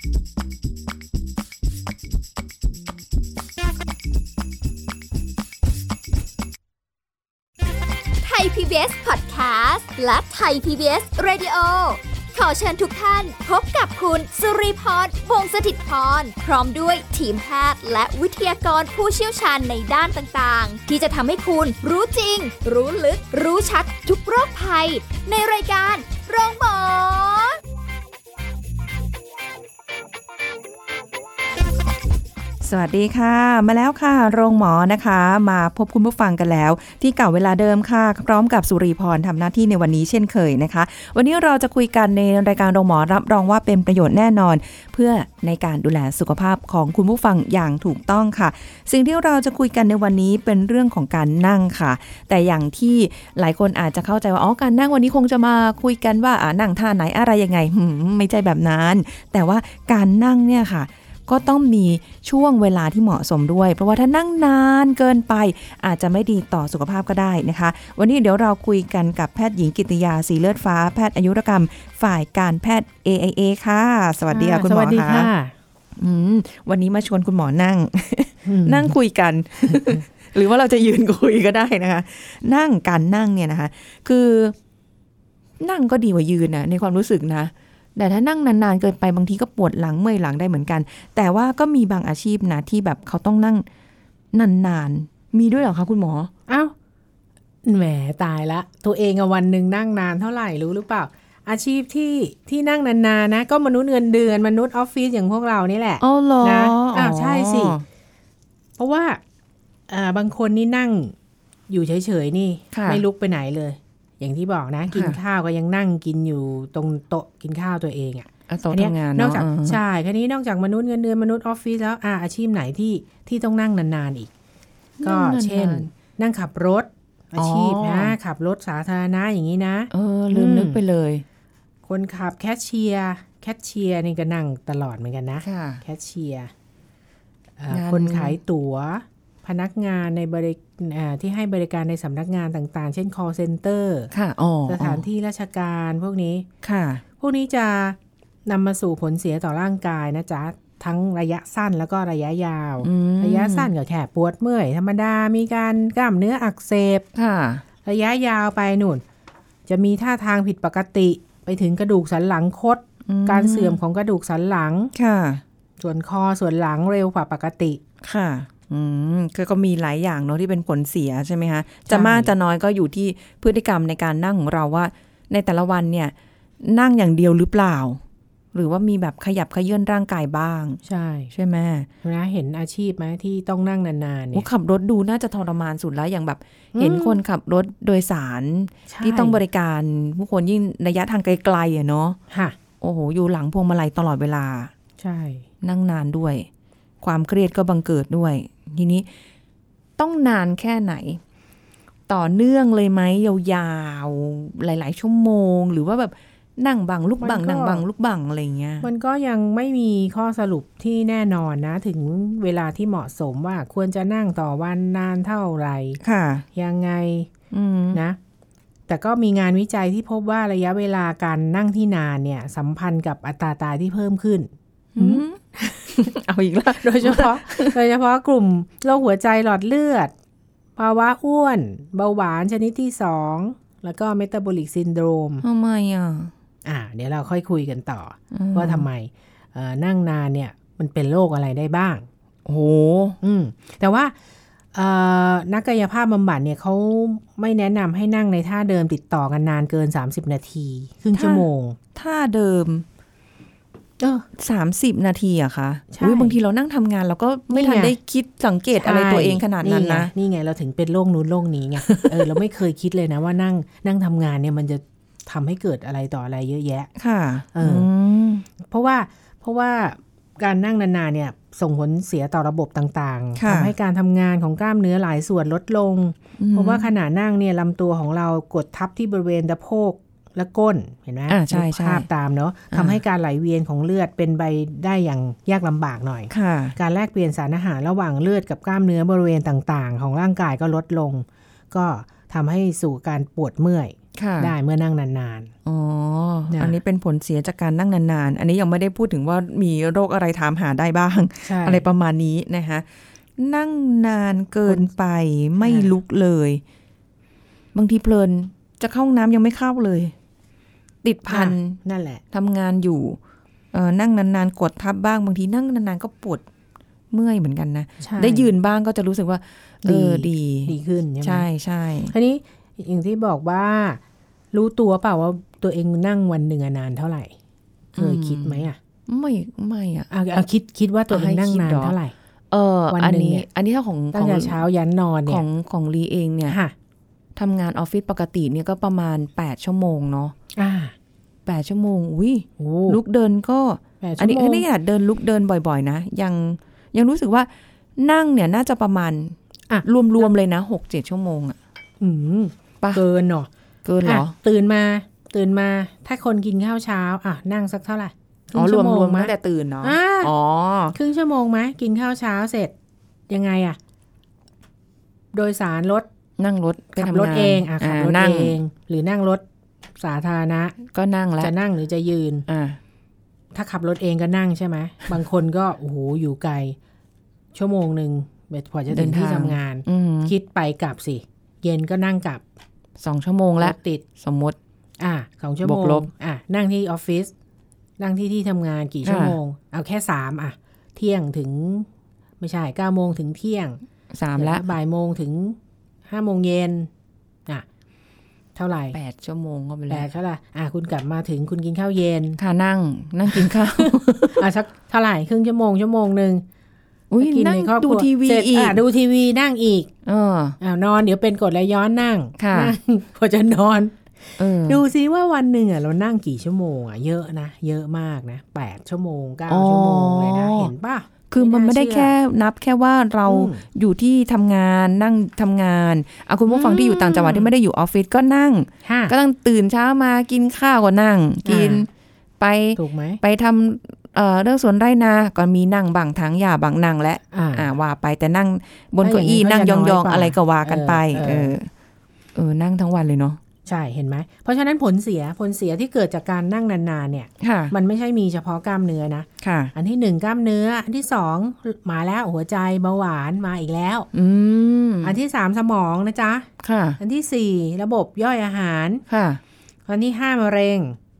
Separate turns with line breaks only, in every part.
ไทย PBS Podcast และไทย PBS Radio ขอเชิญทุกท่านพบกับคุณสุริพร วงศ์สถิตพรพร้อมด้วยทีมแพทย์และวิทยากรผู้เชี่ยวชาญในด้านต่างๆที่จะทำให้คุณรู้จริงรู้ลึกรู้ชัดทุกโรคภัยในรายการโรงหมอ
สวัสดีค่ะมาแล้วค่ะโรงหมอนะคะมาพบคุณผู้ฟังกันแล้วที่เก่าเวลาเดิมค่ะพร้อมกับสุริพรทำหน้าที่ในวันนี้เช่นเคยนะคะวันนี้เราจะคุยกันในรายการโรงหมอรับรองว่าเป็นประโยชน์แน่นอนเพื่อในการดูแลสุขภาพของคุณผู้ฟังอย่างถูกต้องค่ะสิ่งที่เราจะคุยกันในวันนี้เป็นเรื่องของการนั่งค่ะแต่อย่างที่หลายคนอาจจะเข้าใจว่าอ๋อการนั่งวันนี้คงจะมาคุยกันว่านั่งท่าไหนอะไรยังไงไม่ใช่แบบนั้นแต่ว่าการนั่งเนี่ยค่ะก็ต้องมีช่วงเวลาที่เหมาะสมด้วยเพราะว่าถ้านั่งนานเกินไปอาจจะไม่ดีต่อสุขภาพก็ได้นะคะวันนี้เดี๋ยวเราคุยกันกับแพทย์หญิงกิตติยาสีเลือดฟ้าแพทย์อายุรกรรมฝ่ายการแพทย์ AIA ค่ะสวัสดีค่ะคุณหมอค่ะวันนี้มาชวนคุณหมอนั่ง นั่งคุยกัน หรือว่าเราจะยืนคุยก็ได้นะคะการนั่งเนี่ยนะคะคือนั่งก็ดีกว่ายืนนะในความรู้สึกนะแต่ถ้านั่งนานๆเกินไปบางทีก็ปวดหลังเมื่อยหลังได้เหมือนกันแต่ว่าก็มีบางอาชีพนะที่แบบเขาต้องนั่งนานๆมีด้วยเหรอคะคุณหมอ
อ้าวแหมตายละตัวเองวันนึงนั่งนานเท่าไหร่รู้หรือเปล่าอาชีพที่นั่งนานๆนะก็มนุษย์เงินเดือนมนุษย์ออฟฟิศอย่างพวกเรานี่แหละ
อ๋อเหรอ
นะใช่สิเพราะว่าบางคนนี่นั่งอยู่เฉยๆนี่ไม่ลุกไปไหนเลยอย่างที่บอกนะกินข้าวก็ยังนั่งกินอยู่ตรงโต๊ะกินข้าวตัวเอง
โต๊ะทำงาน
นอกจากใช่แค่นี้นอกจากมนุษย์เงินเดือนมนุษย์ออฟฟิศแล้วอาชีพไหนที่ต้องนั่งนานๆอีกก็เช่นนั่งขับรถอาชีพนะขับรถสาธารณะอย่างนี้นะ
ลืมนึกไปเลย
คนขับแคชเชียร์นี่ก็นั่งตลอดเหมือนกันนะแคชเชียร์คนขายตั๋วพนักงานในที่ให้บริการในสำนักงานต่างๆเช่น call center สถานที่ราชการพวกนี้พวกนี้จะนำมาสู่ผลเสียต่อร่างกายนะจ๊ะทั้งระยะสั้นแล้วก็ระยะยาวระยะสั้นก็แค่ปวดเมื่อยธรรมดามีการกล้ามเนื้ออักเสบระยะยาวไปนู่นจะมีท่าทางผิดปกติไปถึงกระดูกสันหลังคดการเสื่อมของกระดูกสันหลังส่วนคอส่วนหลังเร็วกว่าปกติ
ค่ะก็มีหลายอย่างเนาะที่เป็นผลเสียใช่ไหมคะจะมากจะน้อยก็อยู่ที่พฤติกรรมในการนั่งของเราว่าในแต่ละวันเนี่ยนั่งอย่างเดียวหรือเปล่าหรือว่ามีแบบขยับเขยื้อนร่างกายบ้างใช่ไหม
นะเห็นอาชีพไหมที่ต้องนั่งนานๆเนี่ย
ขับรถดูน่าจะทรมานสุดแล้วอย่างแบบเห็นคนขับรถโดยสารที่ต้องบริการผู้คนยิ่งระยะทางไกลๆเนาะโอ้โหอยู่หลังพวงมาลัยตลอดเวลา
ใช่
นั่งนานด้วยความเครียดก็บังเกิดด้วยทีนี้ต้องนานแค่ไหนต่อเนื่องเลยไหมยาวๆหลายๆชั่วโมงหรือว่าแบบนั่งบังลุกบังนั่งบังลุกบังอะไรเงี้ย
มันก็ยังไม่มีข้อสรุปที่แน่นอนนะถึงเวลาที่เหมาะสมว่าควรจะนั่งต่อวันนานเท่าไหร่ยังไงนะแต่ก็มีงานวิจัยที่พบว่าระยะเวลาการนั่งที่นานเนี่ยสัมพันธ์กับอัตราตายที่เพิ่มขึ้น
เอาอีกแล้ว
โดยเฉพาะกลุ่มโรคหัวใจหลอดเลือดภาวะอ้วนเบาหวานชนิดที่2แล้วก็เมตาบอลิกซินโดรม
ทำไม
เดี๋ยวเราค่อยคุยกันต่อว่าทำไมนั่งนานเนี่ยมันเป็นโรคอะไรได้บ้าง
โอ้
แต่ว่านักกายภาพบำบัดเนี่ยเขาไม่แนะนำให้นั่งในท่าเดิมติดต่อกันนานเกิน30นาทีครึ่งชั่วโมง
ท่าเดิม30 นาทีอะคะบางทีเรานั่งทำงานเราก็ไม่ทันได้คิดสังเกตอะไรตัวเองขนาดนั้นนะ
นี่ไงเราถึงเป็นโรคนู้นโรคนี้ไงเราไม่เคยคิดเลยนะว่านั่งทำงานเนี่ยมันจะทำให้เกิดอะไรต่ออะไรเยอะแยะ
ค่ะ
เพราะว่าการนั่งนานๆเนี่ยส่งผลเสียต่อระบบต่างๆทำให้การทำงานของกล้ามเนื้อหลายส่วนลดลงเพราะว่าขณะนั่งเนี่ยลำตัวของเรากดทับที่บริเวณสะโพกและก้นเห็นไหม
ใช่
ภาพตามเนาะทำให้การไหลเวียนของเลือดเป็นไปได้อย่างยากลำบากหน่อยการแลกเปลี่ยนสารอาหารระหว่างเลือดกับกล้ามเนื้อบริเวณต่างๆของร่างกายก็ลดลงก็ทำให้สู่การปวดเมื่อยได้เมื่อนั่งนาน
ๆอ๋ออันนี้เป็นผลเสียจากการนั่งนานๆอันนี้ยังไม่ได้พูดถึงว่ามีโรคอะไรถามหาได้บ้างอะไรประมาณนี้นะคะนั่งนานเกินไปไม่ลุกเลยบางทีเพลินจะเข้าห้องน้ำยังไม่เข้าเลยติดพัน
นั่นแหละ
ทำงานอยู่นั่งนานๆกดทับบ้างบางทีนั่งนานๆก็ปวดเมื่อยเหมือนกันนะได้ยืนบ้างก็จะรู้สึกว่า
ดีขึ้น
ใช่ใช่
ทีนี้อย่างที่บอกว่ารู้ตัวเปล่าว่าตัวเองนั่งวันหนึ่งนานเท่าไหร่เคยคิดไหมอ่ะ
ไม่อ่ะ
คิดว่าตัวเองนั่งนานเท่าไหร่
อันนี้ถ้าของ
ตั้งแต่เช้ายันนอนเนี่ย
ของลีเองเนี่ยทำงานออฟฟิศปกติเนี่ยก็ประมาณ8ชั่วโมงเนาะ8ชั่วโมงลุกเดินก็อันนี้อยากเดินลุกเดินบ่อยๆนะยังรู้สึกว่านั่งเนี่ยน่าจะประมาณรวมๆเลยนะ 6-7 ชั่วโมงอ่ะ
เกินเนาะ
เกินเหรอ
ตื่นมาถ้าคนกินข้าวเช้านั่งสักเท่าไหร่
รวมตั้งแต่ตื่นเนาะ
ครึ่งชั่วโมงไหมกินข้าวเช้าเสร็จยังไงโดยสารรถ
นั่งรถ
ขับรถเองขับรถเองหรือนั่งรถสาธารณะ
ก็นั่งแล้ว
จะนั่งหรือจะยืนถ้าขับรถเองก็นั่งใช่ไหมบางคนก็โอ้โหอยู่ไกลชั่วโมงนึงพอจะถึงที่ทำงานคิดไปกลับสิเย็นก็นั่งกลับ
2ชั่วโมงแล้ว
ติด
สมมติ
2ชั่วโมงนั่งที่ออฟฟิศนั่งที่ทำงานกี่ชั่วโมงเอาแค่3เที่ยงถึงไม่ใช่9โมงถึงเที่ยง
3แล้ว
บ่ายโมงถึง5โมงเย็นเท่าไหร่
8ชั่วโมงก็ไปแล้ว
เท่าไหร่คุณกลับมาถึงคุณกินข้าวเย็น
ค่ะนั่งกินข้าว
สักเท่าไหร่ครึ่งชั่วโมงนึง
กินในครอบครัว
ดูทีวีอีกดูทีวีนั่งอีกนอนเดี๋ยวเป็นกดไหลย้อนนั่งพอจะนอนดูซิว่าวันหนึ่งเรานั่งกี่ชั่วโมงเยอะนะเยอะมากนะ8ชั่วโมง9ชั่วโมงเลยนะเห็นป่ะ
คือมันไม่ได้แค่นับแค่ว่าเราอยู่ที่ทำงานนั่งทำงานคุณผู้ฟังที่อยู่ต่างจังหวัดที่ไม่ได้อยู่ออฟฟิศก็นั่งก็ต้องตื่นเช้ามากินข้าวก็นั่งกินไปทำเรื่องสวนไร่นาก็มีนั่งบางทั้งหญ้าบางนั่งและว่าไปแต่นั่งบนเก้าอี้นั่งยองๆอะไรก็ว่ากันไปนั่งทั้งวันเลยเนาะ
ใช่เห็นไหมเพราะฉะนั้นผลเสียที่เกิดจากการนั่งนานๆเนี่ยมันไม่ใช่มีเฉพาะกล้ามเนื้อนะอันที่1กล้ามเนื้ออันที่2มาแล้วหัวใจเบาหวานมาอีกแล้วอันที่3สมองนะจ๊ะอันที่4ระบบย่อยอาหารอันที่5มะเร็ง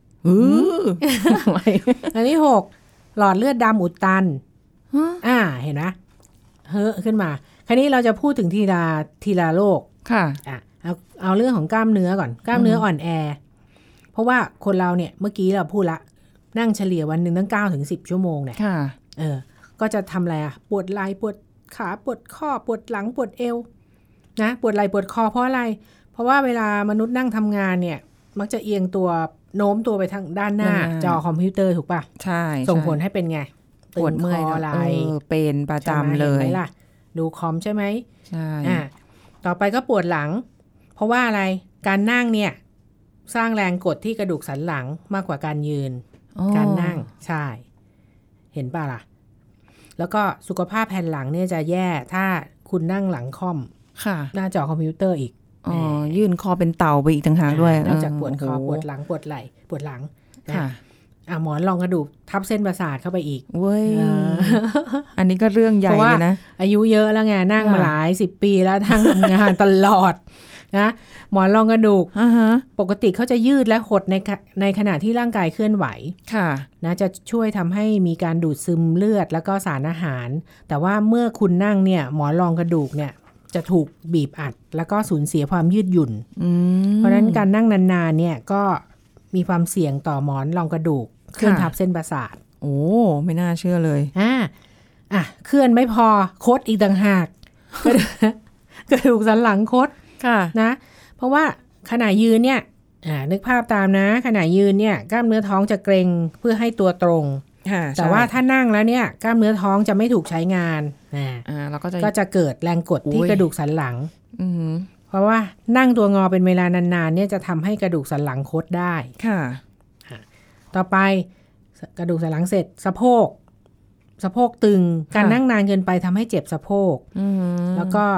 อันที่6หลอดเลือดดำอุดตันเห็นไหมขึ้นมาคราวนี้เราจะพูดถึงทีละโรคเอาเรื่องของกล้ามเนื้อก่อนกล้ามเนื้ออ่อนแอเพราะว่าคนเราเนี่ยเมื่อกี้เราพูดละนั่งเฉลี่ยวันหนึ่งตั้ง9-10 ชั่วโมงเนี่ยก็จะทำอะไรปวดไหล่ปวดขาปวดข้อปวดหลังปวดเอวนะปวดไหล่ปวดคอเพราะอะไรเพราะว่าเวลามนุษย์นั่งทำงานเนี่ยมักจะเอียงตัวโน้มตัวไปทางด้านหน้าจอคอมพิวเตอร์ถูกป่ะ
ใช่
ส่งผลให้เป็นไง
ปวดเมื่อยไหล่เป็นประจำเลย
ดูคอมใช่ไหม
ใช่
ต่อไปก็ปวดหลังเพราะว่าอะไรการนั่งเนี่ยสร้างแรงกดที่กระดูกสันหลังมากกว่าการยืนการนั่งใช่เห็นป่ะล่ะแล้วก็สุขภาพแผ่นหลังเนี่ยจะแย่ถ้าคุณนั่งหลังค่อมหน้าจอคอมพิวเตอร์อีก
ยื่นคอเป็นเต่าไปอีกต่างหากด้วย
นอกจากปวดคอปวดหลังปวดไหล่ปวดหลังหมอนรองกระดูกทับเส้นประสาทเข้าไปอีก
เว้ยอันนี้ก็เรื่องใหญ่เลยนะ
อายุเยอะแล้วไงนั่งมาหลาย10 ปีแล้วทั้งทำงานตลอดนะหมอนรองกระดูกปกติเขาจะยืดและหดในขณะที่ร่างกายเคลื่อนไหวนะจะช่วยทำให้มีการดูดซึมเลือดแล้วก็สารอาหารแต่ว่าเมื่อคุณนั่งเนี่ยหมอนรองกระดูกเนี่ยจะถูกบีบอัดแล้วก็สูญเสียความยืดหยุ่นเพราะฉะนั้นการนั่งนานๆเนี่ยก็มีความเสี่ยงต่อหมอนรองกระดูกเคลื่อนทับเส้นประสาท
โอ้ไม่น่าเชื่อเลย
เคลื่อนไม่พอคดอีกต่างหากกระดูกสันหลังคดนะเพราะว่าขณะยืนเนี่ยนึกภาพตามนะขณะยืนเนี่ยกล้ามเนื้อท้องจะเกร็งเพื่อให้ตัวตรงแต่ว่าถ้านั่งแล้วเนี่ยกล้ามเนื้อท้องจะไม่ถูกใช้งานก็จะเกิดแรงกดที่กระดูกสันหลังเพราะว่านั่งตัวงอเป็นเวลานานๆเนี่ยจะทำให้กระดูกสันหลังคดได้ต่อไปกระดูกสันหลังเสร็จสะโพกตึงการนั่งนานเกินไปทำให้เจ็บสะโพกแล้วก็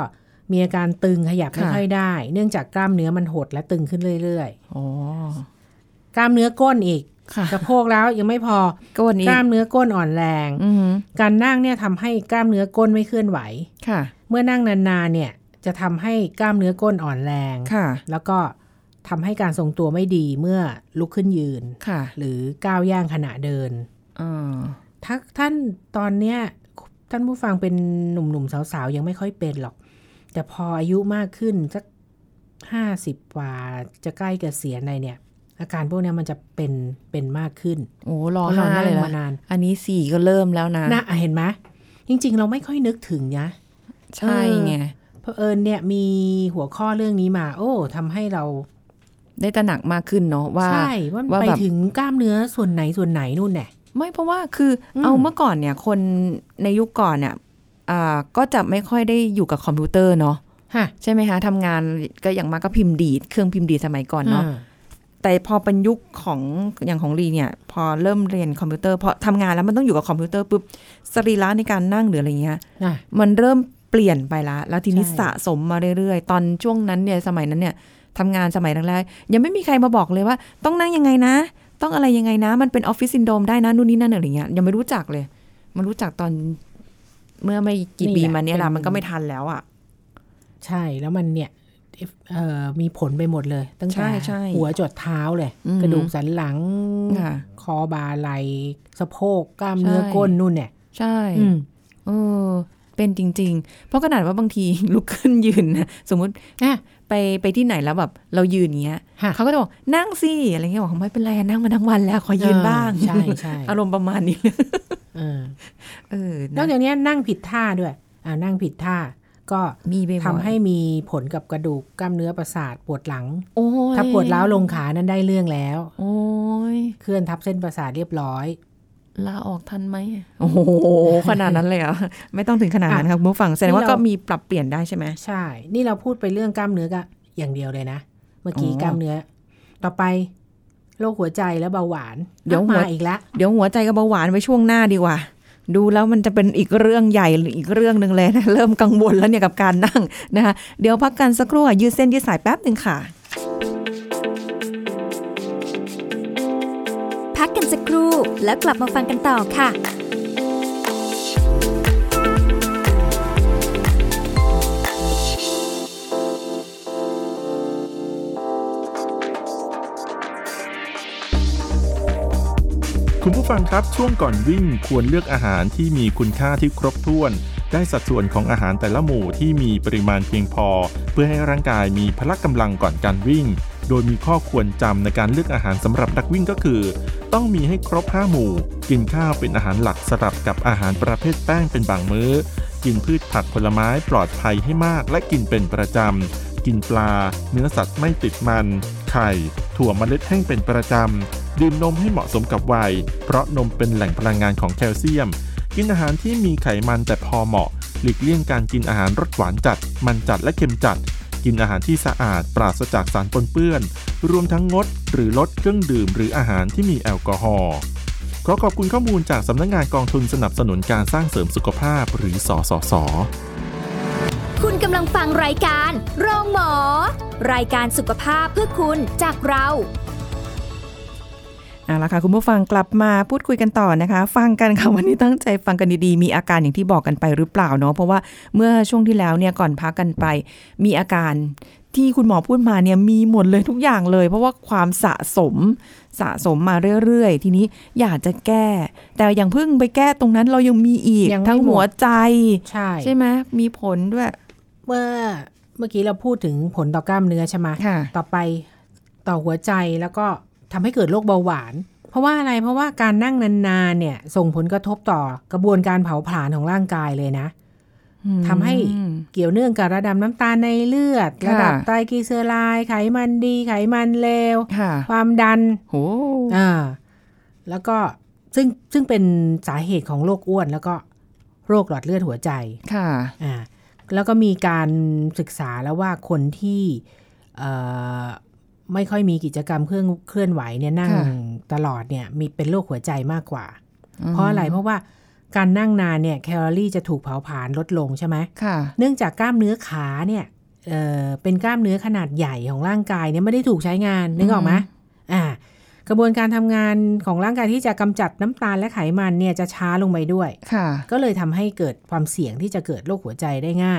มีอาการตึงขยับไม่ค่อยได้เนื่องจากกล้ามเนื้อมันหดและตึงขึ้นเรื่อยๆกล้ามเนื้อก้นอีกสะโพกแล้วยังไม่พอกล้ามเนื้อก้นอ่อนแรงการนั่งเนี่ยทำให้กล้ามเนื้อก้นไม่เคลื่อนไหวเมื่อนั่งนานๆเนี่ยจะทำให้กล้ามเนื้อก้นอ่อนแรงแล้วก็ทำให้การทรงตัวไม่ดีเมื่อลุกขึ้นยืนหรือก้าวย่างขณะเดินถ้าท่านตอนเนี้ยท่านผู้ฟังเป็นหนุ่มๆสาวๆยังไม่ค่อยเป็นหรอกแต่พออายุมากขึ้นสัก50กว่าจะใกล้เกษียณอะไรเนี่ยอาการพวกนี้มันจะเป็นมากขึ้น
โอ้รอ5เลยมานานอันนี้4ก็เริ่มแล้วนะ
เห็นไหมจริงๆเราไม่ค่อยนึกถึงนะ
ใช่ไง
เผอิญเนี่ยมีหัวข้อเรื่องนี้มาทำให้เรา
ได้ตระหนักมากขึ้นเนาะว่า
ใช่ว่าไปถึงกล้ามเนื้อส่วนไหนนู่นเนี่ย
ไม่เพราะว่าคือเอาเมื่อก่อนเนี่ยคนในยุคก่อนเนี่ยก็จะไม่ค่อยได้อยู่กับคอมพิวเตอร์เนาะใช่ไหมคะทำงานก็อย่างมากก็พิมพ์ดีดเครื่องพิมพ์ดีดสมัยก่อนเนาะแต่พอเป็นยุคของอย่างของลีเนี่ยพอเริ่มเรียนคอมพิวเตอร์พอทำงานแล้วมันต้องอยู่กับคอมพิวเตอร์ปุ๊บสรีระในการนั่งหรืออะไรเงี้ยมันเริ่มเปลี่ยนไปแล้วทีนี้สะสมมาเรื่อยๆตอนช่วงนั้นเนี่ยสมัยนั้นเนี่ยทำงานสมัยแรกๆยังไม่มีใครมาบอกเลยว่าต้องนั่งยังไงนะต้องอะไรยังไงนะมันเป็นออฟฟิศซินโดรมได้นะนู่นนี่นั่นอะไรเงี้ยยังไม่รู้จักเลยมันรู้จักตอนเมื่อไม่กี่ปีมาเนี้ยมันก็ไม่ทันแล้วอ่ะ
ใช่แล้วมันเนี่ยมีผลไปหมดเลยตั้งแต่หัวจดเท้าเลยกระดูกสันหลังคอบ่าไหล่สะโพกกล้ามเนื้อก้นนู่นเนี่ย
ใช่เป็นจริงๆเพราะขนาดว่าบางทีลุกขึ้นยืนนะสมมติไปที่ไหนแล้วแบบเรายืนเงี้ยเขาก็จะบอกนั่งสิอะไรเงี้ยบอกไม่เป็นไรนั่งมาทั้งวันแล้วขอยืนบ้าง
ใช่ใช่
อารมณ์ประมาณนี้
นอกจากนี้นั่งผิดท่าด้วยนั่งผิดท่าก็ทำให้มีผลกับกระดูกกล้ามเนื้อประสาทปวดหลังถ้าปวดร้าวลงขานั้นได้เรื่องแล้วเคลื่อนทับเส้นประสาทเรียบร้อย
ลาออกทันไหมโอ้โหขนาดนั้นเลยเหรอไม่ต้องถึงขนาดนั้นครับคุณผู้ฟังแสดงว่าก็มีปรับเปลี่ยนได้ใช่ไหม
ใช่นี่เราพูดไปเรื่องกล้ามเนื้อก็อย่างเดียวเลยนะเมื่อกี้กล้ามเนื้อต่อไปโรคหัวใจและเบาหวาน
เดี๋ยว
มาอีกแล้ว
เดี๋ยวหัวใจกับเบาหวานไว้ช่วงหน้าดีกว่าดูแล้วมันจะเป็นอีกเรื่องใหญ่หรืออีกเรื่องนึงเลยนะเริ่มกังวลแล้วเนี่ยกับการนั่งนะคะเดี๋ยวพักกันสักครู่ยืดเส้นยืดสายแป๊บนึงค่ะ
พักกันสักครู่แล้วกลับมาฟังกันต่อค่ะ
คุณผู้ฟังครับช่วงก่อนวิ่งควรเลือกอาหารที่มีคุณค่าที่ครบถ้วนได้สัดส่วนของอาหารแต่ละหมู่ที่มีปริมาณเพียงพอเพื่อให้ร่างกายมีพละกำลังก่อนการวิ่งโดยมีข้อควรจำในการเลือกอาหารสำหรับนักวิ่งก็คือต้องมีให้ครบ5หมู่กินข้าวเป็นอาหารหลักสลับกับอาหารประเภทแป้งเป็นบางมื้อกินพืชผักผลไม้ปลอดภัยให้มากและกินเป็นประจำกินปลาเนื้อสัตว์ไม่ติดมันไข่ถั่วเมล็ดแห้งเป็นประจำดื่มนมให้เหมาะสมกับวัยเพราะนมเป็นแหล่งพลังงานของแคลเซียมกินอาหารที่มีไขมันแต่พอเหมาะหลีกเลี่ยงการกินอาหารรสหวานจัดมันจัดและเค็มจัดกินอาหารที่สะอาดปราศจากสารปนเปื้อนรวมทั้งงดหรือลดเครื่องดื่มหรืออาหารที่มีแอลกอฮอล์ขอขอบคุณข้อมูลจากสำนักงานกองทุนสนับสนุนการสร้างเสริมสุขภาพหรือสสส.
คุณกำลังฟังรายการโรงหมอรายการสุขภาพเพื่อคุณจากเรา
เอาละค่ะคุณผู้ฟังกลับมาพูดคุยกันต่อนะคะฟังกันค่ะวันนี้ตั้งใจฟังกันดีๆมีอาการอย่างที่บอกกันไปหรือเปล่าเนาะเพราะว่าเมื่อช่วงที่แล้วเนี่ยก่อนพักกันไปมีอาการที่คุณหมอพูดมาเนี่ยมีหมดเลยทุกอย่างเลยเพราะว่าความสะสมมาเรื่อยๆทีนี้อยากจะแก้แต่อย่างเพิ่งไปแก้ตรงนั้นเรายังมีอีกทั้งหัวใจใช่ไหมมีผลด้วย
เมื่อกี้เราพูดถึงผลต่อกล้ามเนื้อใช่ไหมต่อไปต่อหัวใจแล้วก็ทำให้เกิดโรคเบาหวานเพราะว่าอะไรเพราะว่าการนั่งนานๆเนี่ยส่งผลกระทบต่อกระบวนการเผาผลาญของร่างกายเลยนะทำให้เกี่ยวเนื่องกับระดับน้ำตาลในเลือดระดับไตรกลีเซอไรด์ไขมันดีไขมันเลวความดันแล้วก็ซึ่งเป็นสาเหตุของโรคอ้วนแล้วก็โรคหลอดเลือดหัวใจแล้วก็มีการศึกษาแล้วว่าคนที่ไม่ค่อยมีกิจกรรมเคลื่อนไหวเนี่ยนั่งตลอดเนี่ยมีเป็นโรคหัวใจมากกว่าเพราะอะไรเพราะว่าการนั่งนานเนี่ยแคลอรี่จะถูกเผาผลาญลดลงใช่ไหม
ค่ะ
เนื่องจากกล้ามเนื้อขาเนี่ยเป็นกล้ามเนื้อขนาดใหญ่ของร่างกายเนี่ยไม่ได้ถูกใช้งานนึกออกไหมกระบวนการทำงานของร่างกายที่จะกำจัดน้ำตาลและไขมันเนี่ยจะช้าลงไปด้วยก็เลยทำให้เกิดความเสี่ยงที่จะเกิดโรคหัวใจได้ง่าย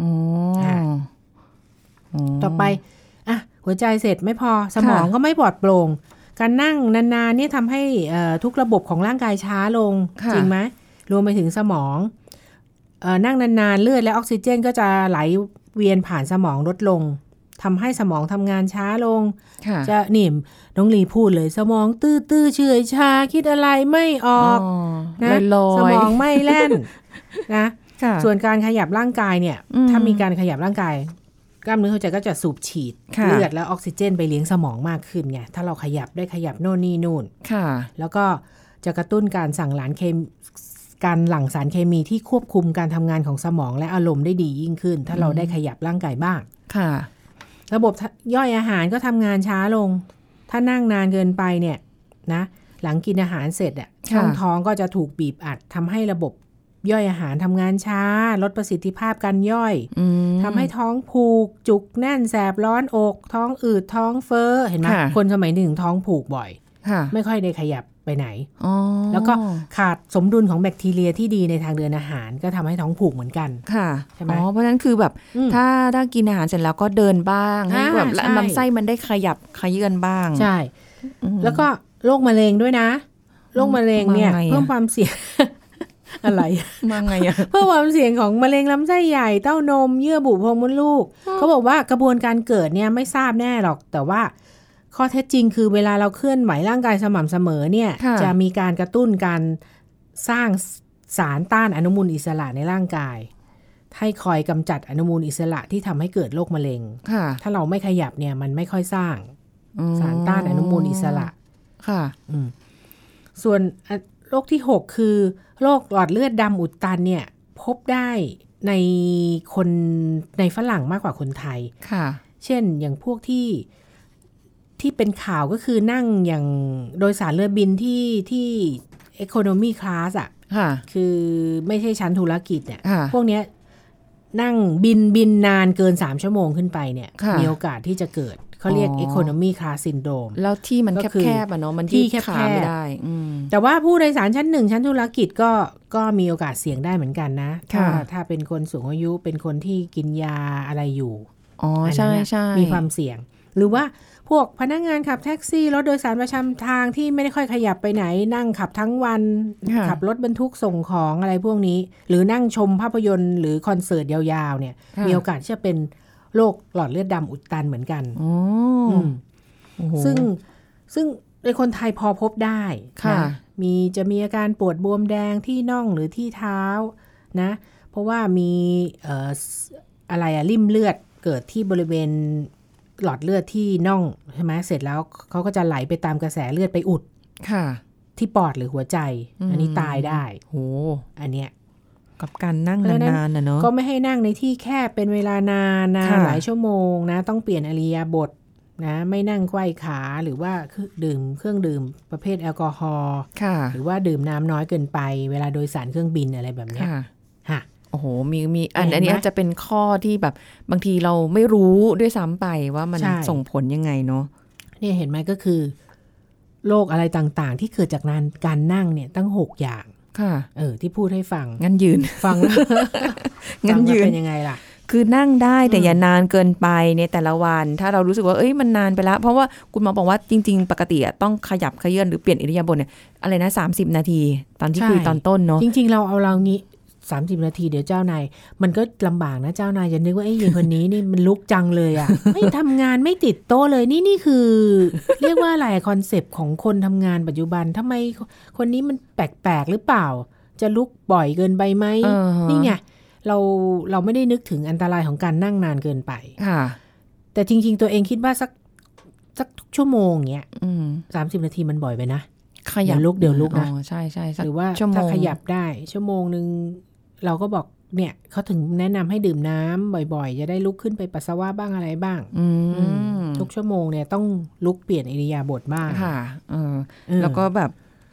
ต่อไปหัวใจเสร็จไม่พอสมองก็ไม่ปลอดโปร่งการนั่งนานๆเนี่ยทำให้ทุกระบบของร่างกายช้าลงจริงไหมรวมไปถึงสมองนั่งนานๆเลือดและออกซิเจนก็จะไหลเวียนผ่านสมองลดลงทำให้สมองทำงานช้าลงจะนี่น้องลีพูดเลยสมองตื้อๆเฉยชาคิดอะไรไม่ออกนะสมองไม่แล่นนะส่วนการขยับร่างกายเนี่ยถ้ามีการขยับร่างกายกล้ามเนื้อหัวใจก็จะสูบฉีดเลือดและออกซิเจนไปเลี้ยงสมองมากขึ้นไงถ้าเราขยับโน่นนี่นู่นแล้วก็จะกระตุ้นการหลั่งสารเคมีที่ควบคุมการทำงานของสมองและอารมณ์ได้ดียิ่งขึ้นถ้าเราได้ขยับร่างกายบ้างระบบย่อยอาหารก็ทำงานช้าลงถ้านั่งนานเกินไปเนี่ยนะหลังกินอาหารเสร็จช่องท้องก็จะถูกบีบอัดทำให้ระบบย่อยอาหารทำงานช้าลดประสิทธิภาพการย่อยทำให้ท้องผูกจุกแน่นแสบร้อนอกท้องอืดท้องเฟ้อเห็นไหมคนสมัยหนึ่งท้องผูกบ่อยไม่ค่อยได้ขยับไปไหนแล้วก็ขาดสมดุลของแบคทีเรียที่ดีในทางเดินอาหารก็ทำให้ท้องผูกเหมือนกันใช่ไหม
เพราะฉะนั้นคือแบบถ้ากินอาหารเสร็จแล้วก็เดินบ้างให้แบบลำไส้มันได้ขยับขยื่นบ้าง
ใช่แล้วก็โรคมะเร็งด้วยนะโรคมะเร็งเนี่ยเพิ่มความเสี่ยงอะไร
มาไงอะ
เพิ่มความเสี่ยงของมะเร็งลำไส้ใหญ่เต้านมเยื่อบุโพรงมดลูกเขาบอกว่ากระบวนการเกิดเนี่ยไม่ทราบแน่หรอกแต่ว่าข้อเท็จจริงคือเวลาเราเคลื่อนไหวร่างกายสม่ำเสมอเนี่ยจะมีการกระตุ้นการสร้างสารต้านอนุมูลอิสระในร่างกายให้คอยกำจัดอนุมูลอิสระที่ทำให้เกิดโรคมะเร็งถ้าเราไม่ขยับเนี่ยมันไม่ค่อยสร้างสารต้านอนุมูลอิสระส่วนโรคที่6คือโรคหลอดเลือดดำอุดตันเนี่ยพบได้ในคนในฝรั่งมากกว่าคนไทยเช่นอย่างพวกที่เป็นข่าวก็คือนั่งอย่างโดยสารเรือบินที่ economy class คือไม่ใช่ชั้นธุรกิจเนี่ยพวกเนี้ยนั่งบินนานเกิน3ชั่วโมงขึ้นไปเนี่ยมีโอกาสที่จะเกิดเขาเรียก economy class syndrome
แล้วที่มันแคบๆเนาะมันที่ขาไม่ได้
แต่ว่าผู้โดยสารชั้น1ชั้นธุรกิจก็มีโอกาสเสี่ยงได้เหมือนกันนะถ้าเป็นคนสูงอายุเป็นคนที่กินยาอะไรอยู่
ใช่ใช่
มีความเสี่ยงหรือว่าพวกพนักงานขับแท็กซี่รถโดยสารประจำทางที่ไม่ได้ค่อยขยับไปไหนนั่งขับทั้งวันขับรถบรรทุกส่งของอะไรพวกนี้หรือนั่งชมภาพยนตร์หรือคอนเสิร์ตยาวๆเนี่ยมีโอกาสที่จะเป็นโรคหลอดเลือดดำอุดตันเหมือนกันซึ่งในคนไทยพอพบได้นะจะมีอาการปวดบวมแดงที่น่องหรือที่เท้านะเพราะว่ามีริ่มเลือดเกิดที่บริเวณหลอดเลือดที่น่องใช่ไหมเสร็จแล้วเขาก็จะไหลไปตามกระแสเลือดไปอุดที่ปอดหรือหัวใจอันนี้ตายได้อันเนี้ย
กับการนั่งนานๆเนาะ
ก็ไม่ให้นั่งในที่แคบเป็นเวลานานหลายชั่วโมงนะต้องเปลี่ยนอิริยาบถนะไม่นั่งไขว้ขาหรือว่าดื่มเครื่องดื่มประเภทแอลกอฮอล์หรือว่าดื่มน้ำน้อยเกินไปเวลาโดยสารเครื่องบินอะไรแบบนี้
โอ้โหมีอันนี้จะเป็นข้อที่แบบบางทีเราไม่รู้ด้วยซ้ำไปว่ามันส่งผลยังไงเนาะ
เนี่ยเห็นไหมก็คือโรคอะไรต่างๆที่เกิดจากการนั่งเนี่ยตั้ง6อย่างที่พูดให้ฟัง
งั้นยืน
ฟัง
งั้นยืน
เป็นยังไงล่ะ
คือนั่งได้แต่อย่านานเกินไปในแต่ละวันถ้าเรารู้สึกว่ามันนานไปแล้วเพราะว่าคุณหมอบอกว่าจริงๆปกติต้องขยับเขยื้อนหรือเปลี่ยนอิริยาบถเนี่ยอะไรนะ30นาทีตอนที่คุยตอนต้นเนาะ
จริงๆเรางี้30นาทีเดี๋ยวเจ้านายมันก็ลำบากนะเจ้านายจะนึกว่าเย็นคนนี้นี่มันลุกจังเลยอ่ะ ไม่ทำงานไม่ติดโต๊ะเลยนี่คือเรียกว่าอะไรคอนเซปต์ของคนทำงานปัจจุบันทำไมคนนี้มันแปลกๆหรือเปล่าจะลุกบ่อยเกินไปไหมนี่ไงเราไม่ได้นึกถึงอันตรายของการนั่งนานเกินไปแต่จริงๆตัวเองคิดว่าสักชั่วโมงเงี้ย30นาทีมันบ่อยไปนะ
ขยับ
ลุกเดี๋ยวลุกนะ
ใช่ใช่
หรือว่าถ้าขยับได้ชั่วโมงนึงเราก็บอกเนี่ยเขาถึงแนะนำให้ดื่มน้ำบ่อยๆจะได้ลุกขึ้นไปปัสสาวะบ้างอะไรบ้างทุกชั่วโมงเนี่ยต้องลุกเปลี่ยนอิริยาบถบ้าง
ค่ะแล้วก็แบบ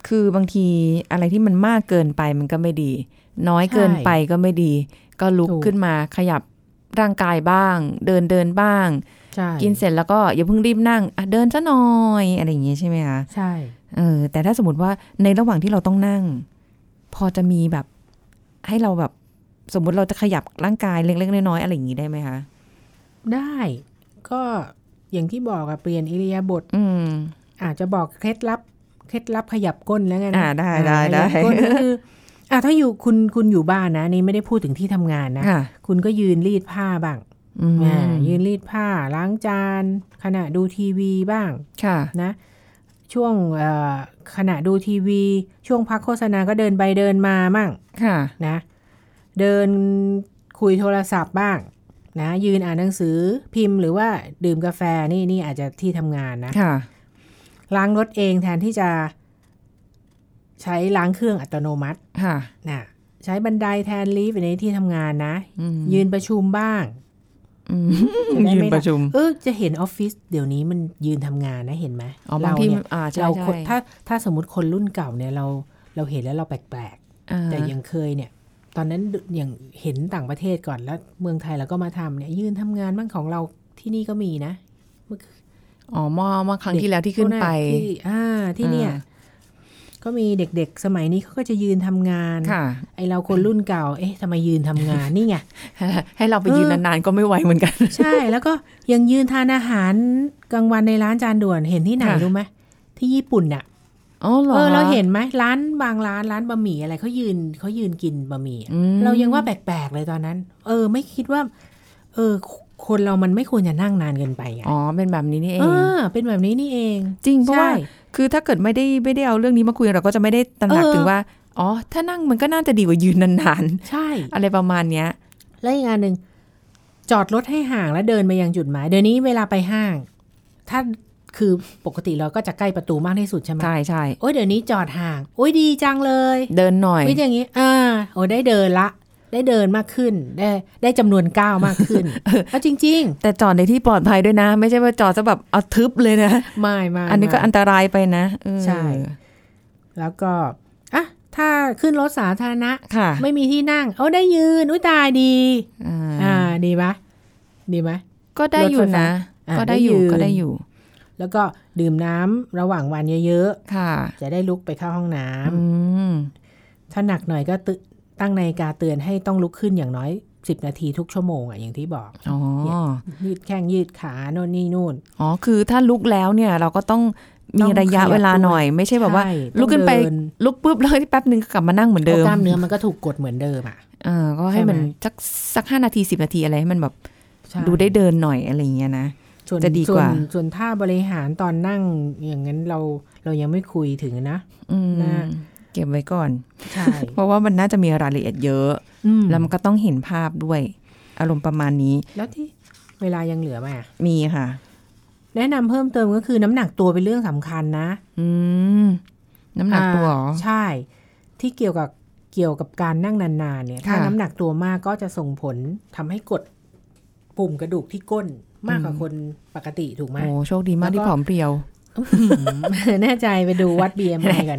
คือบางทีอะไรที่มันมากเกินไปมันก็ไม่ดีน้อยเกินไปก็ไม่ดีก็ลุกขึ้นมาขยับร่างกายบ้างเดินบ้างกินเสร็จแล้วก็อย่าเพิ่งรีบนั่งเดินซะหน่อยอะไรอย่างงี้ใช่ไหมคะ
ใช่
แต่ถ้าสมมติว่าในระหว่างที่เราต้องนั่งพอจะมีแบบให้เราแบบสมมุติเราจะขยับร่างกายเล็กๆน้อยๆอะไรอย่างงี้ได้ไหมคะ
ได้ก็อย่างที่บอกเปลี่ยนอิริยาบถอาจจะบอกเคล็ดลับขยับก้นแล้วไงนะ
ได้
ก้นก็คือถ้าอยู่คุณอยู่บ้านนะนี่ไม่ได้พูดถึงที่ทำงานนะคุณก็ยืนรีดผ้าบ้างยืนรีดผ้าล้างจานขณะดูทีวีบ้างนะช่วงขณะดูทีวีช่วงพักโฆษณาก็เดินไปเดินมาบ้างนะเดินคุยโทรศัพท์บ้างนะยืนอ่านหนังสือพิมพ์หรือว่าดื่มกาแฟนี่อาจจะที่ทำงานนะล้างรถเองแทนที่จะใช้ล้างเครื่องอัตโนมัตินะใช้บันไดแทนลิฟต์ในที่ทำงานนะยืนประชุมบ้าง
ยืนประชุม
จะเห็นออฟฟิศเดี๋ยวนี้มันยืนทำงานนะเห็นไหม
เราเนี่ย
เราถ้าสมมติคนรุ่นเก่าเนี่ยเราเห็นแล้วเราแปลกๆแต่ยังเคยเนี่ยตอนนั้นอย่างเห็นต่างประเทศก่อนแล้วเมืองไทยเราก็มาทำเนี่ยยืนทำงานบ้างของเราที่นี่ก็มีนะ
เมื่อครั้งที่แล้วที่ขึ้นไป
ที่เนี่ยก็มีเด็กๆสมัยนี้เขาก็จะยืนทำงานไอเราคนรุ่นเก่าทำไมยืนทำงานนี่ไง
ให้เราไปยืนนานๆก็ไม่ไหวเหมือนกัน
ใช่แล้วก็ยังยืนทานอาหารกลางวันในร้านจานด่วนเห็นที่ไหนรู้ไหมที่ญี่ปุ่นน่ะเราเห็นไหมร้านบางร้านบะหมี่อะไรเขายืนกินบะหมี่เรายังว่าแปลกๆเลยตอนนั้นไม่คิดว่าคนเรามันไม่ควรจะนั่งนานเกินไป
เป็นแบบนี้นี่เอง
เป็นแบบนี้นี่เอง
จริงเพราะว่าคือถ้าเกิดไม่ได้เอาเรื่องนี้มาคุยเราก็จะไม่ได้ตระหนักถึงว่าถ้านั่งมันก็น่าจะดีกว่ายืนนาน
ๆใช่
อะไรประมาณเนี้ย
และอีกอันนึงจอดรถให้ห่างแล้วเดินไปยังจุดหมายเดี๋ยวนี้เวลาไปห้างถ้าคือปกติเราก็จะใกล้ประตูมากที่สุดใช่ไหม
ใช่
โอ้ยเดี๋ยวนี้จอดห่างโอ้ยดีจังเลย
เดินหน่อย
อย่างนี้โอ้ได้เดินละได้เดินมากขึ้นได้จำนวนก้าวมากขึ้นจริงๆ
แต่จอดในที่ปลอดภัยด้วยนะไม่ใช่ว่าจอดจะแบบเอาทึบเลยนะ
ไม่
อันนี้ก็อันตรายไปนะ
ใช่แล้วก็ถ้าขึ้นรถสาธารณะไม่มีที่นั่งได้ยืนตายดีดีไหมดีไหม
ก็ได้อยู่นะก็ได้อยู่
แล้วก็ดื่มน้ำระหว่างวันเยอะๆจะได้ลุกไปเข้าห้องน้ำถ้าหนักหน่อยก็ตั้งนาฬิกาเตือนให้ต้องลุกขึ้นอย่างน้อย10 นาทีทุกชั่วโมงอย่างที่บอกยืดแข้งยืดขาโน่นนี่นู่น
คือถ้าลุกแล้วเนี่ยเราก็ต้องมีระยะเวลาหน่อยไม่ใช่แบบว่าลุกขึ้นไปลุกปุ๊บแล้วแป๊บนึงก็กลับมานั่งเหมือนเดิม
กล้ามเนื้อมันก็ถูกกดเหมือนเดิม
ก็ให้มันสัก5 นาที10 นาทีอะไรให้มันแบบดูได้เดินหน่อยอะไรเงี้ยนะจะดีกว่า
ส่วนท่าบริหารตอนนั่งอย่างนั้นเรายังไม่คุยถึงนะ
เก็บไว้ก่อนใช่เพราะว่ามันน่าจะมีรายละเอียดเยอะแล้วมันก็ต้องเห็นภาพด้วยอารมณ์ประมาณนี้
แล้วที่เวลายังเหลือไหม
มีค่ะ
แนะนำเพิ่มเติมก็คือน้ำหนักตัวเป็นเรื่องสำคัญนะ
น้ำหนักตัว
ใช่ที่เกี่ยวกับการนั่งนานๆเนี่ยถ้าน้ำหนักตัวมากก็จะส่งผลทำให้กดปุ่มกระดูกที่ก้นมากกว่าคนปกติถูกไหม
โอ้โชคดีมากที่ผอมเพรียว
แน่ใจไปดูวัด BMI ก่อน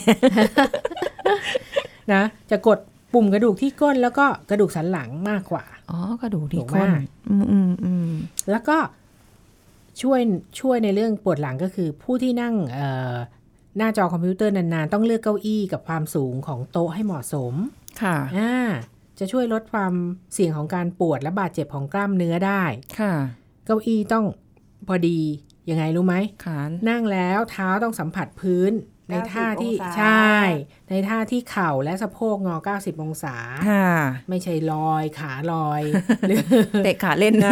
นะจะกดปุ่มกระดูกที่ก้นแล้วก็กระดูกสันหลังมากกว่
ากระดูกที่ก้น
แล้วก็ช่วยในเรื่องปวดหลังก็คือผู้ที่นั่งหน้าจอคอมพิวเตอร์นานๆต้องเลือกเก้าอี้กับความสูงของโต๊ะให้เหมาะสม
ค่ะ
จะช่วยลดความเสี่ยงของการปวดและบาดเจ็บของกล้ามเนื้อได้
ค่ะ
เก้าอี้ต้องพอดียังไงรู้ไหมนั่งแล้วเท้าต้องสัมผัสพื้นในท่าที่ใช่ในท่าที่เข่าและสะโพกงอ90 องศาไม่ใช่ลอยขาลอย
เตะขาเล่นนะ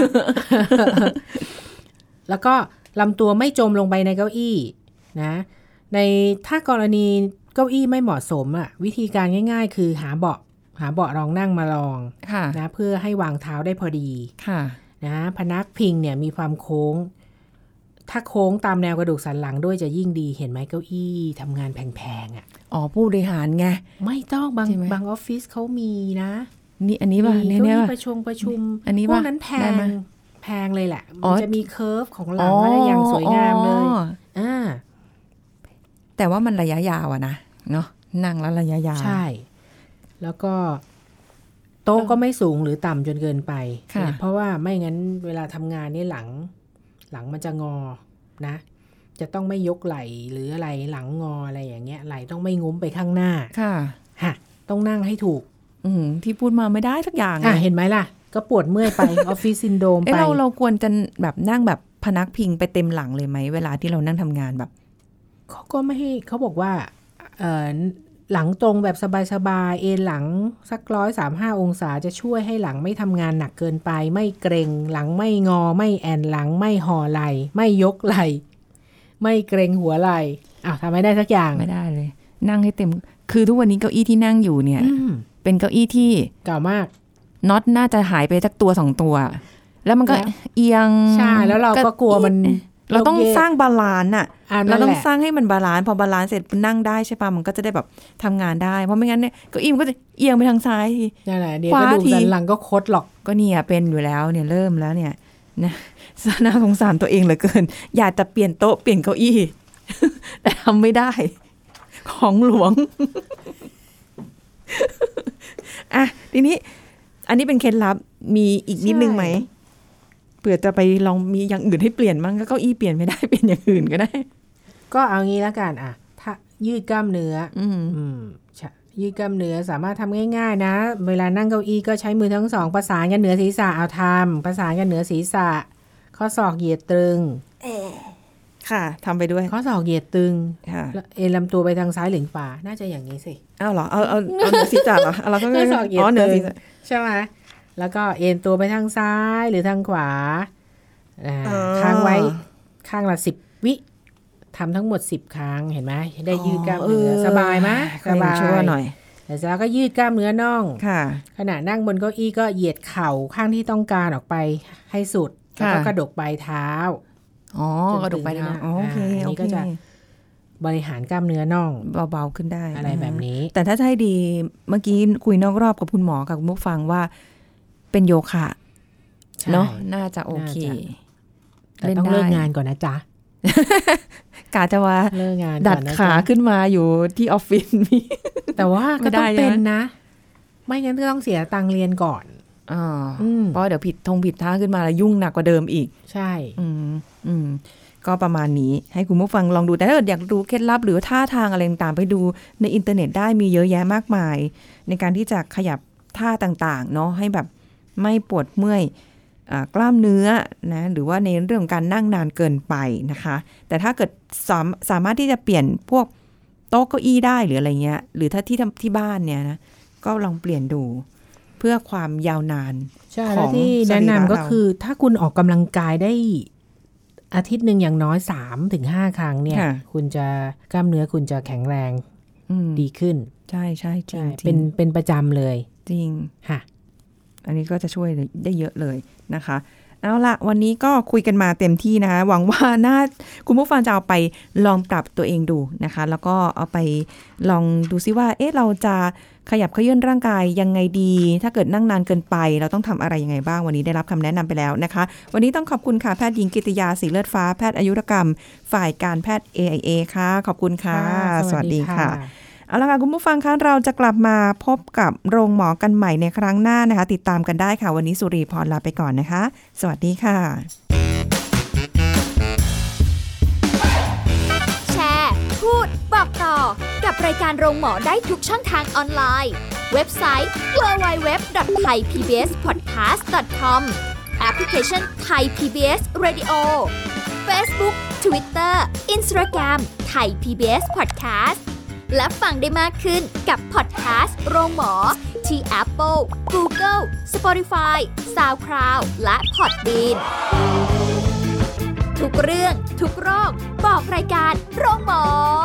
แล้วก็ลำตัวไม่จมลงไปในเก้าอี้นะถ้ากรณีเก้าอี้ไม่เหมาะสมวิธีการง่ายๆคือหาเบาะรองนั่งมาลองนะเพื่อให้วางเท้าได้พอดีนะพนักพิงเนี่ยมีความโค้งถ้าโค้งตามแนวกระดูกสันหลังด้วยจะยิ่งดีเห็นไหมเก้าอี้ทำงานแพงๆ
ผู้บริหารไง
ไม่ต้องบางออฟฟิศเขามีนะ
นี่อันนี้ป่ะ
เนี่ยประชุม
อันนี้
พวกนั้นแพงเลยแหละมันจะมีเคิร์ฟของหลังอะไรอย่างสวยงามเลย
แต่ว่ามันระยะยาวอะนะเนาะนั่งแล้วระยะยาว
ใช่แล้วก็โต๊ะก็ไม่สูงหรือต่ำจนเกินไปเพราะว่าไม่งั้นเวลาทำงานนี่หลังมันจะงอนะจะต้องไม่ยกไหล่หรืออะไรหลังงออะไรอย่างเงี้ยไหล่ต้องไม่งุ้มไปข้างหน้า
ค่ะ
ฮะต้องนั่งให้ถูก
ที่พูดมาไม่ได้สักอย่าง
เห็นไหมล่ะก็ปวดเมื่อยไป ออฟฟิศซินโดรมไป
เราควรจะแบบนั่งแบบพนักพิงไปเต็มหลังเลยไหมเวลาที่เรานั่งทำงานแบบ
เขาก็ไม่ให้เขาบอกว่าหลังตรงแบบสบายๆเอนหลังสัก135องศาจะช่วยให้หลังไม่ทำงานหนักเกินไปไม่เกร็งหลังไม่งอไม่แอนหลังไม่ห่อไหล่ไม่ยกไหล่ไม่เกร็งหัวไหล่ทำไม่ได้สักอย่าง
ไม่ได้เลยนั่งให้เต็มคือทุกวันนี้เก้าอี้ที่นั่งอยู่เนี่ยเป็นเก้าอี้ที่
เก่ามาก
น็อตน่าจะหายไปสักตัว2ตัวแล้วมันก็เอียง
ใช่แล้วเราก็กลัวมัน
เราต้องสร้างบาลานซ์เราต้องสร้างให้มันบาลานซ์พอบาลานซ์เสร็จนั่งได้ใช่ป่ะมันก็จะได้แบบทำงานได้เพราะไม่งั้นเนี่ยเก้าอี้มันก็จะเอียงไปทางซ้ายที
นั่นแหละเดี๋ยวก็ดูสันหลังก็คดหรอก
ก็เนี่ยเป็นอยู่แล้วเนี่ยเริ่มแล้วเนี่ยนะน่าสงสารตัวเองเหลือเกินอยากจะเปลี่ยนโต๊ะเปลี่ยนเก้าอี้แต่ทำไม่ได้ของหลวงทีนี้อันนี้เป็นเคล็ดลับมีอีกนิดนึงไหมเผื่อจะไปลองมีอย่างอื่นให้เปลี่ยนบ้างก็เก้าอี้เปลี่ยนไม่ได้เปลี่ยนอย่างอื่นก็ได้
ก็เอางี้แล้วกันถ้ายืดกล้ามเนื้อยืดกล้ามเนื้อสามารถทำง่ายๆนะเวลานั่งเก้าอี้ก็ใช้มือทั้งสองประสานกันเหนือศีรษะเอาทำประสานกันเหนือศีรษะข้อศอกเหยียดตรึง
ค่ะทำไปด้วย
ข้อศอกเหยียดตึงเอ็นลำตัวไปทางซ้ายหรือขวาน่าจะอย่างนี้สิ
เหรอเอาเหนือศีรษะเหรอเราก็
ข้อศอกเหยียดตึงใช่ไหมแล้วก็เอ็นตัวไปทางซ้ายหรือทางขวาค้างไว้ข้างละ10 วิทำทั้งหมด10 ครั้งเห็นไหมได้ยืดกล้ามเนื้อสบายไหม
สบายช่วยหน่อย
แล้วก็ยืดกล้ามเนื้อน่องขณะนั่งบนเก้าอี้ก็เหยียดเข่าข้างที่ต้องการออกไปให้สุดแล้วก็กระดกปลายเท้าก
ระดกปลายเท้าโอเค
นี่ก็จะบริหารกล้ามเนื้อน่อง
เบาๆขึ้นได้
อะไรแบบนี้
แต่ถ้าให้ดีเมื่อกี้คุยนอกรอบกับคุณหมอกับคุณผู้ฟังว่าเป็นโยคะเนาะน่าจะโอเค
แต่ต้องเลิกงานก่อนนะจ๊ะ
กะจะว่าดัดขาขึ้นมาอยู่ที่ออฟฟิศมี
แต่ว่าก็ต้องเป็นนะไม่งั้นก็ต้องเสียตังค์เรียนก่อน
เพราะเดี๋ยวผิดท่าขึ้นมาแล้วยุ่งหนักกว่าเดิมอีก
ใช่
ก็ประมาณนี้ให้คุณผู้ฟังลองดูแต่ถ้าอยากรู้เคล็ดลับหรือท่าทางอะไรต่างๆไปดูในอินเทอร์เน็ตได้มีเยอะแยะมากมายในการที่จะขยับท่าต่างๆเนาะให้แบบไม่ปวดเมื่อยกล้ามเนื้อนะหรือว่าในเรื่องของการนั่งนานเกินไปนะคะแต่ถ้าเกิดสามารถที่จะเปลี่ยนพวกโต๊ะเก้าอี้ได้หรืออะไรเงี้ยหรือถ้าที่บ้านเนี่ยนะก็ลองเปลี่ยนดูเพื่อความยาวนาน
ใช่แล้วที่แนะนำก็คือถ้าคุณออกกำลังกายได้อาทิตย์หนึ่งอย่างน้อย 3-5 ครั้งเนี่ยคุณจะกล้ามเนื้อคุณจะแข็งแรงดีขึ้น
ใช่ใช่จริง
เป็นประจำเลย
จริง
ค่ะ
อันนี้ก็จะช่วยได้เยอะเลยนะคะเอาละวันนี้ก็คุยกันมาเต็มที่นะคะหวังว่าคุณผู้ฟังจะเอาไปลองปรับตัวเองดูนะคะแล้วก็เอาไปลองดูซิว่าเราจะขยับเขยื้อนร่างกายยังไงดีถ้าเกิดนั่งนานเกินไปเราต้องทำอะไรยังไงบ้างวันนี้ได้รับคำแนะนำไปแล้วนะคะวันนี้ต้องขอบคุณค่ะแพทย์หญิงกิติยาสีเลือดฟ้าแพทย์อายุรกรรมฝ่ายการแพทย์ AIA ค่ะขอบคุณค่ะสวัสดีค่ะเอาละค่ะคุณผู้ฟังคะเราจะกลับมาพบกับโรงหมอกันใหม่ในครั้งหน้านะคะติดตามกันได้ค่ะวันนี้สุรีพรลาไปก่อนนะคะสวัสดีค่ะ
แชร์พูดบอกต่อกับรายการโรงหมอได้ทุกช่องทางออนไลน์เว็บไซต์ www.thaipbspodcast.com แอปพลิเคชัน Thai PBS Radio Facebook Twitter Instagram Thai PBS Podcastและฟังได้มากขึ้นกับพอดแคสต์โรงหมอที่ Apple, Google, Spotify, SoundCloud และ Podbean ทุกเรื่องทุกโรคบอกรายการโรงหมอ